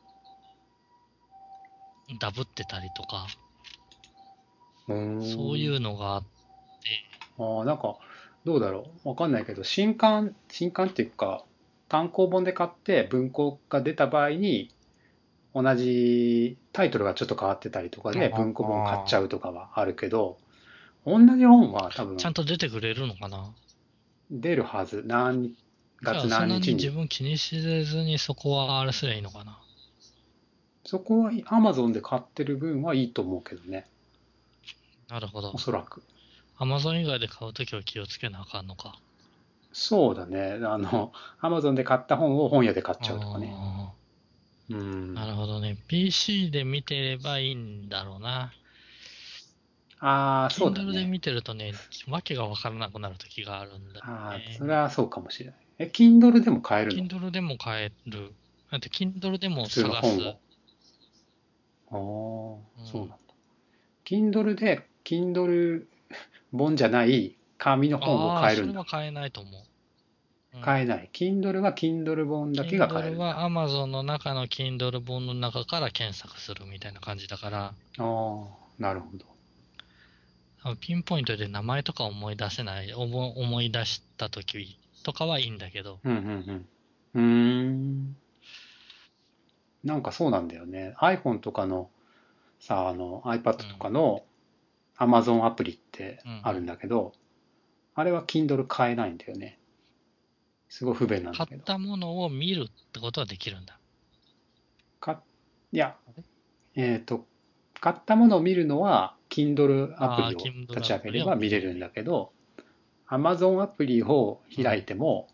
ダブってたりとか、 うーん。 そういうのがあって、 ああ、なんか、どうだろう。わかんないけど、新刊、新刊っていうか、単行本で買って文庫が出た場合に、同じタイトルがちょっと変わってたりとかであ文庫本買っちゃあ、 うとかはあるけど、同じ本は多分ちゃんと出てくれるのかな？ 出るはず。何月じゃあ、そんなに自何日に。 分気にせずにそこはあれすりゃいいのかな？ そこは Amazon で買ってる分はいいと思うけどね。 なるほど。 おそらく。 アマゾン以外で買うときは気をつけなあかんのか。 そうだね。あの、Amazon で買った本を本屋で買っちゃうとかね。 あうあ、なん。 るほどね。ピーシー で見てればいいんだろうな。 ああ、そうだ Kindle でね。 見てるとね、わけがわからなくなるときがあるんだよああ、それね。 はそうかもしれない。え、Kindle でも買えるの？ Kindle でも買える。だって Kindle でも普通の探す。 本を。ああ、そうなんうん。 だ。Kindle で、Kindle 本じゃない紙の本をああ、 買えるんだ。 それは買えないと思う。うん。 買えない。Kindle は Kindle 本だけが買え Kindle はるんだ。 Amazon の中の Kindle 本の中から検索するみたいな感じだから、 ああ、なるほど。 ピンポイントで名前とか思い出せない、思思い出した時とかはいいんだけど、 うんうんうん。うーん。なんかそうなんだよね。iPhone とかのさ、あの iPad とうん。 かの Amazon アプリってうんうん。 あるんだけど、あれは Kindle 買えないんだよね。すごい不便なんだ買っけど。 たものを見るってことはできるんだ。 か、いや、 あれ？ えっと、買ったものを見るのは Kindle アプああー、 リを Kindle 立ち上げアプリをれば見れるん見れない。 だけど、Amazon アプリをうん。 開いても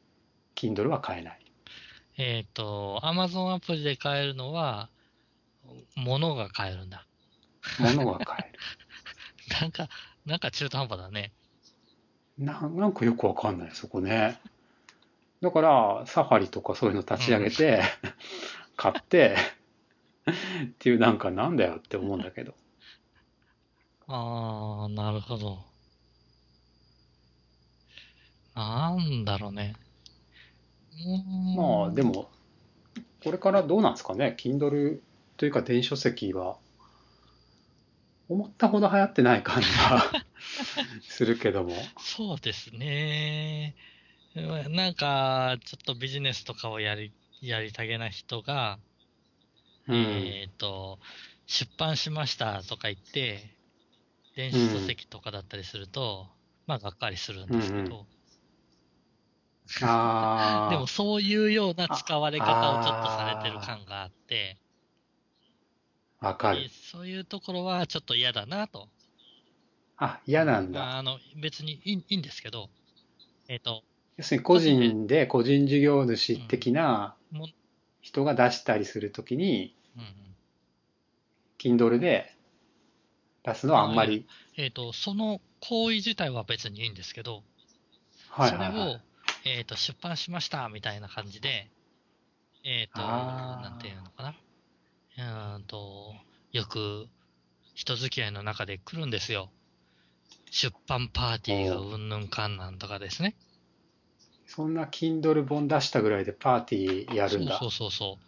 Kindle は買えない。 えっと、Amazon アプリで買えるのは、物が買えるんだ。 物が買える。 なんか、なんか中途半端だね。 な、なんかよくわかんない、そこね。だから、サファリとかそういうの立ち上うん。 げて、買ってっていうなんかなんだよって思うんだけど。 ああ、なるほど。なんだろうね。うーまあでん。 も、これからどうなんですかね。Kindle というか電子書籍は思ったほど流行ってない感じはするけども。 そうですね。なんか、ちょっとビジネスとかをやり、やりたげな人が、 うん。 えっと、出版しましたとか言って、電子書うん。 籍とかだったりすると、まあ、がっかりするんうんうん。 ですけど、でもあそういうようなあ、 使われ方をちょっとされてるあ感があって、 あ、わかいる。 そういうところはちょっと嫌だなと。 あ、 うん、 嫌なんだ。 まあ、あの、別にいい、いいんですけど、えっと、 要するに個個人で、 人で個人事業主うん、 的なも、 人が出したりするときに、 うん、うん。 Kindle で出すのはああ、いや、 んまり。 えっと、その行為自体は別にいいんですけど、 はいはいはい。 それを、えっと、出版しましたみたいな感じで、えっと、なんていうあのかな。うーんと、よく人付き合いの中で来るんですよ。出版パーあ、 ティーがもう、 うんぬんかんなんとかですね。 そんな Kindle 本出したぐらいでパーティーやるんだ。 そうそうそうそう。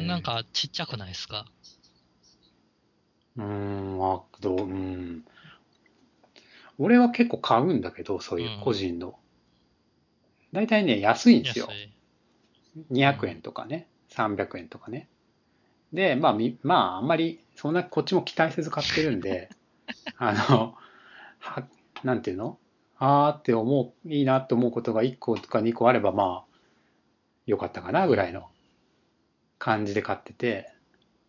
なんへかちっちゃくないですか？ え。うーん、あ、どう、うん。俺は結構買うんだけど、そういう個うん。 人の。大体ね、安いんですよ。 安い。 にひゃくえんうん。 とかね、さんびゃくえんとかね。で、まあ、み、まあ、あんまり、そんな、こっちも期待せず買ってるんで、あの、は、なんていうのあーって思う、いいなって思うことがいっことかにこあれば、まあ、よかったかなぐらいのうん。 感じで買ってて、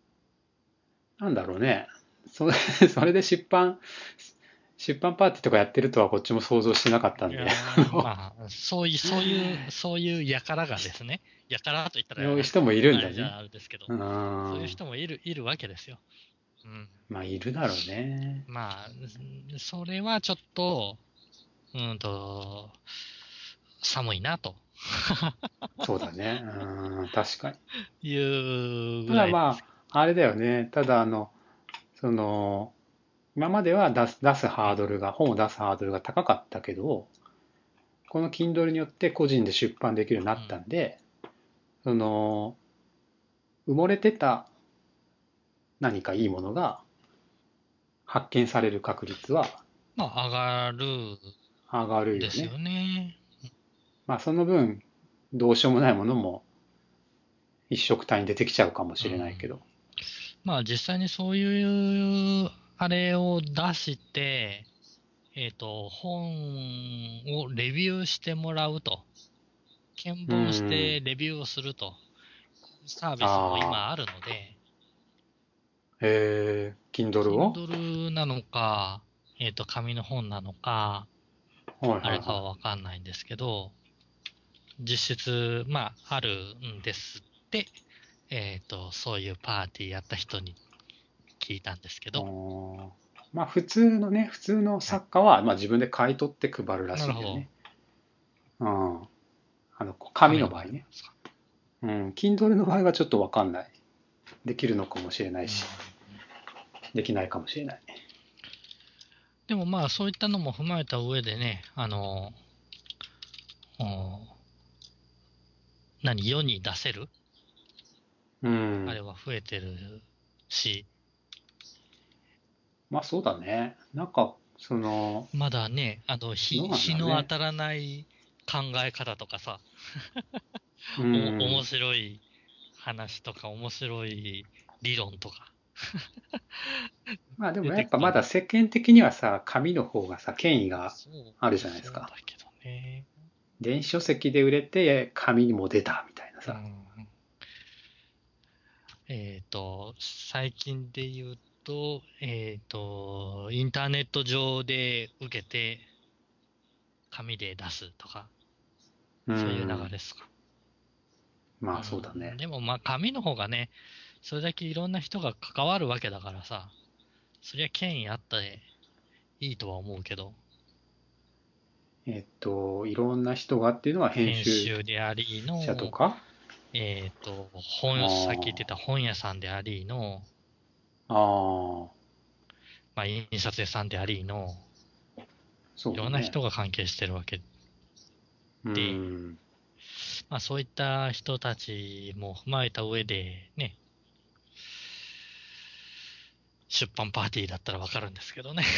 なんだろうね。それ、それで出版、出版パーティーとかやってるとはこっちも想像してなかったんで、 いやーまあ、そういう、そういう、そういう輩がですね、輩と言ったそういうら、 人もいるんあれじゃだね。 あれですけど、 うそういうん。 人もいる、いるわけですよ。うん。 まあ、いるだろうね。 まあ、それはちょっと、うんと、寒いな、とそうだね。うん、確かに。 いうたぐらいです。 だまあ、あれだよね。ただ、あの、その、今までは出す、出すうん。 ハードルが、本を出すハードルが高かったけど、この Kindle によって個人で出版できるようになったうん。 んで、その、埋もれてた何かいいものが発見される確率はまあ、上がる上がるですよよね。 ね。 まあ、その分、どうしようもないものも一色単に出てきちゃうかもしれないうん。 けど。 まあ、実際にそういう、あれを出して、えっと、本をレビューしてもらうと。検う本しん。 てレビューをすると。サービスもああ。 今あるので、 えー、Kindle を Kindle なのか、えっと、紙の本なのか、 はいはいあれかははわかんないんですけど、実質、まあ、あるんですって、えっと、そういうパーティーやった人に聞いたんですけい。あど、 ーまあ、普通のね、普通のはい。 作家は、まあ、自分で買い取って配るらなるほど。 しいんだよね。うん。あの、紙紙の場合の場合ね。 ですか。 うん。Kindle の場合はちょっとわかんない。できるのかもしれないうん。 し、できないかもしれない。 でもまあ、そういったのも踏まえた上でね、あの、お何、世に出せるうん。 あれは増えてるし、 まあそうだね。なんか、その、 まだね、あの、日、 どうなんだ日ろうね。 の当たらない考え方とかさ、 うお、面ん。 白い話とか、面白い理論とかまあでも出やっぱまだてくる。 世間的にはさ、紙の方がさ、権威がそう、 あるじゃないですか。 そうだけどね。 電子書籍で売れて紙にも出たみたいなさ。 うん。えっと、最近で言うと、えっと、インターネット上で受けて、紙で出すとか、 うそういう流れん。 ですか。うまあそうだん。 ね。 でもまあ、紙の方がね、それだけいろんな人が関わるわけだからさ、そりゃ権威あっていいとは思うけど、 えっと、いろんな人がっていうのは編編集集でありの、 者とか。 えっと、 あ本、さっき言ってたあ、 本屋さんでありの、 ああ、 まあ、印刷屋さんでありの、いろんなそうだね。 人が関係してるわけうで、 ん。 まあそういった人たちも踏まえた上で、ね、出版パーティーだったらわかるんですけどね。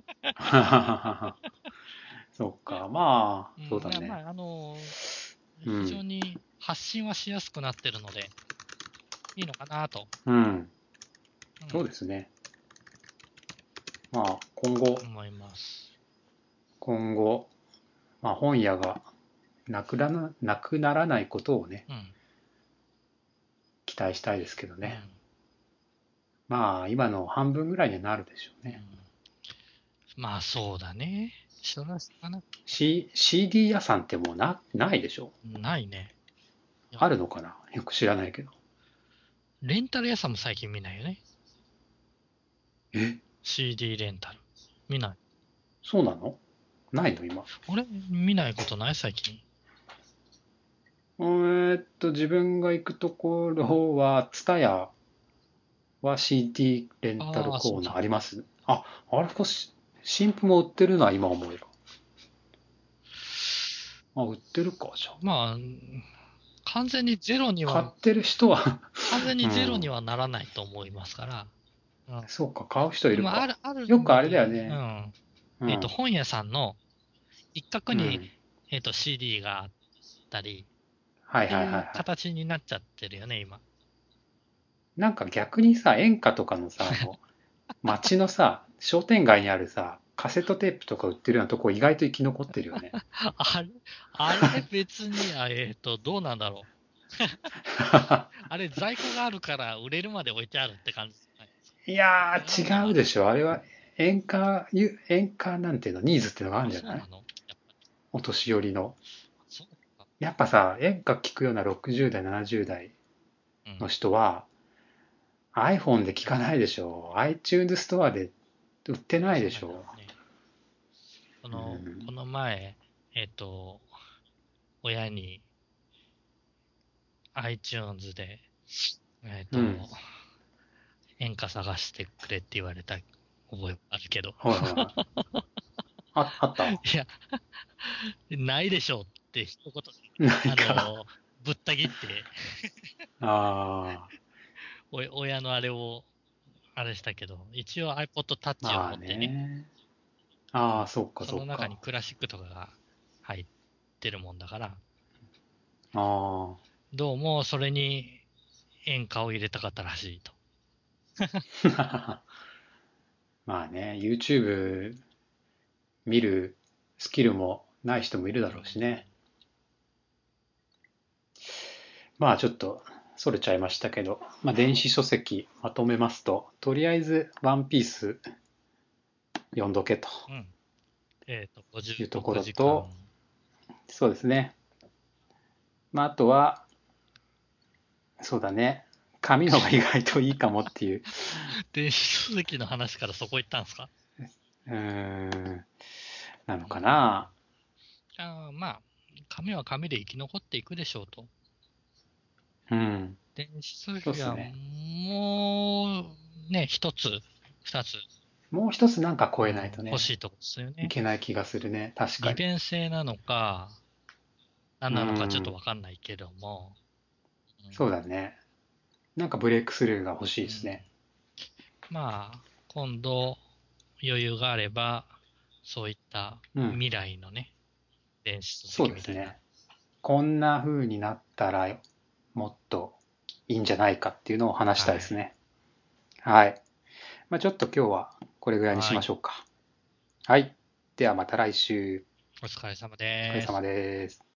そっか。まあ、そううん、 だね。 まあ、あの、非常うん。 に発信はしやすくなってるので、いいのかなと。 うん。 うん、 そうですね。まあ、今後、 思います。 今後、まあ、本屋がなくならなくならないことをね、 うん、 期待したいですけどね。 うん、 まあ、今の半分ぐらいにはなるでしょうね。 うん。まあそうだね。そらしかな、 C、シーディー 屋さんってもうな、ないでしょ？ ないね。いや、 あるのかな、よく知らないけど。 レンタル屋さんも最近見ないよね。 え、 シーディー レンタル。見ない。 そうなの？ないの今。 あれ見ないことない最近。 えーっと、自分が行くところは、ツタヤは シーディー レンタルああ、 コーナーそうか。 あります。あ、あれこし、新譜も売ってるな、今思えば。あ、売ってるか、じゃあ。 まあ、完全にゼロには、 買ってる人は完全にゼロにうん。 はならないと思いますから。うん。 そうか、買う人いでも、あるか。 る、あるよくあれだよので、うね。 ん。えっと、 うん。 本屋さんの一角に、 うん。 えっと、シーディー があったりってはいはいはいいうはい。 形になっちゃってるよね、今。 なんか逆にさ、演歌とかのさ、あの、街のさ、商店街にあるさ、カセットテープとか売ってるようなとこ意外と生き残ってるよね。 あれ、あれ別に、あえっと、どうなんだろう。あれ在庫があるから売れるまで置いてあるって感じじゃないですいや違うー、違うか。 でしょ。あれは演歌、ゆ演歌なんていうの、ニーズっていうのがあるんあ、 じゃない？ そうなの？やっぱり。 お年寄りの。 そうか。 やっぱさ、演歌聞くようなろくじゅう代、ななじゅう代うん。 の人は iPhone で聞かないでしょ。iTunes ストアで売ってないでそうなんだろしょ。 うね。こうの、こん。 の前、えっと、親に iTunes で、えっうん。 と、演歌探してくれって言われた覚えあるけど。 はいはいはい。あ、あった？ いや、ないでしょうって一言で、 ないあか。 の、ぶった切って、 ああ、 お親のあれを、あれしたけど、一応 iPod Touch をまあ持ってね、 ね。 うん、 ああ、そっかその中にそっか。 クラシックとかが入ってるもんだから、 あどうもそれに演歌を入れたかったらしいと。 あ。まあね、YouTube 見るスキルもない人もいるだろうしね。まあちょっとそれちゃいましたけど、まあ電子書籍まとめますと、とりあえずワンピース読んどけとうん。えっと、56 いうところ時間。 と、そうですね。まああとは、そうだね。紙のが意外といいかもっていう、 電子書籍の話からそこ行ったんですか？ うーん、なのうん。 かな。 あーまあ、紙は紙で生き残っていくでしょうと。 うん、 電子書籍はそうですね。 もう、ね、一つ、二つ、 もう一つなんか超えないうん、 とね、 欲しいとこですよいね。 けない気がするね。確かに。 利便性なのか、何うなのかちょっとん、 わかんないけども、 そうだね。なんかブレイクスルーが欲しいうん、うん、 ですね。 まあ、今度余裕があれば、そういったうん、 未来のね、電子書そう籍みたいな。 ですね。こんな風になったらもっといいんじゃないかっていうのを話したいはい。 ですね。はい。まあ、ちょっと今日はこれぐらいにしはい。 ましょうか。はい。ではまた来週。 お疲れ様お疲れ様です。 です。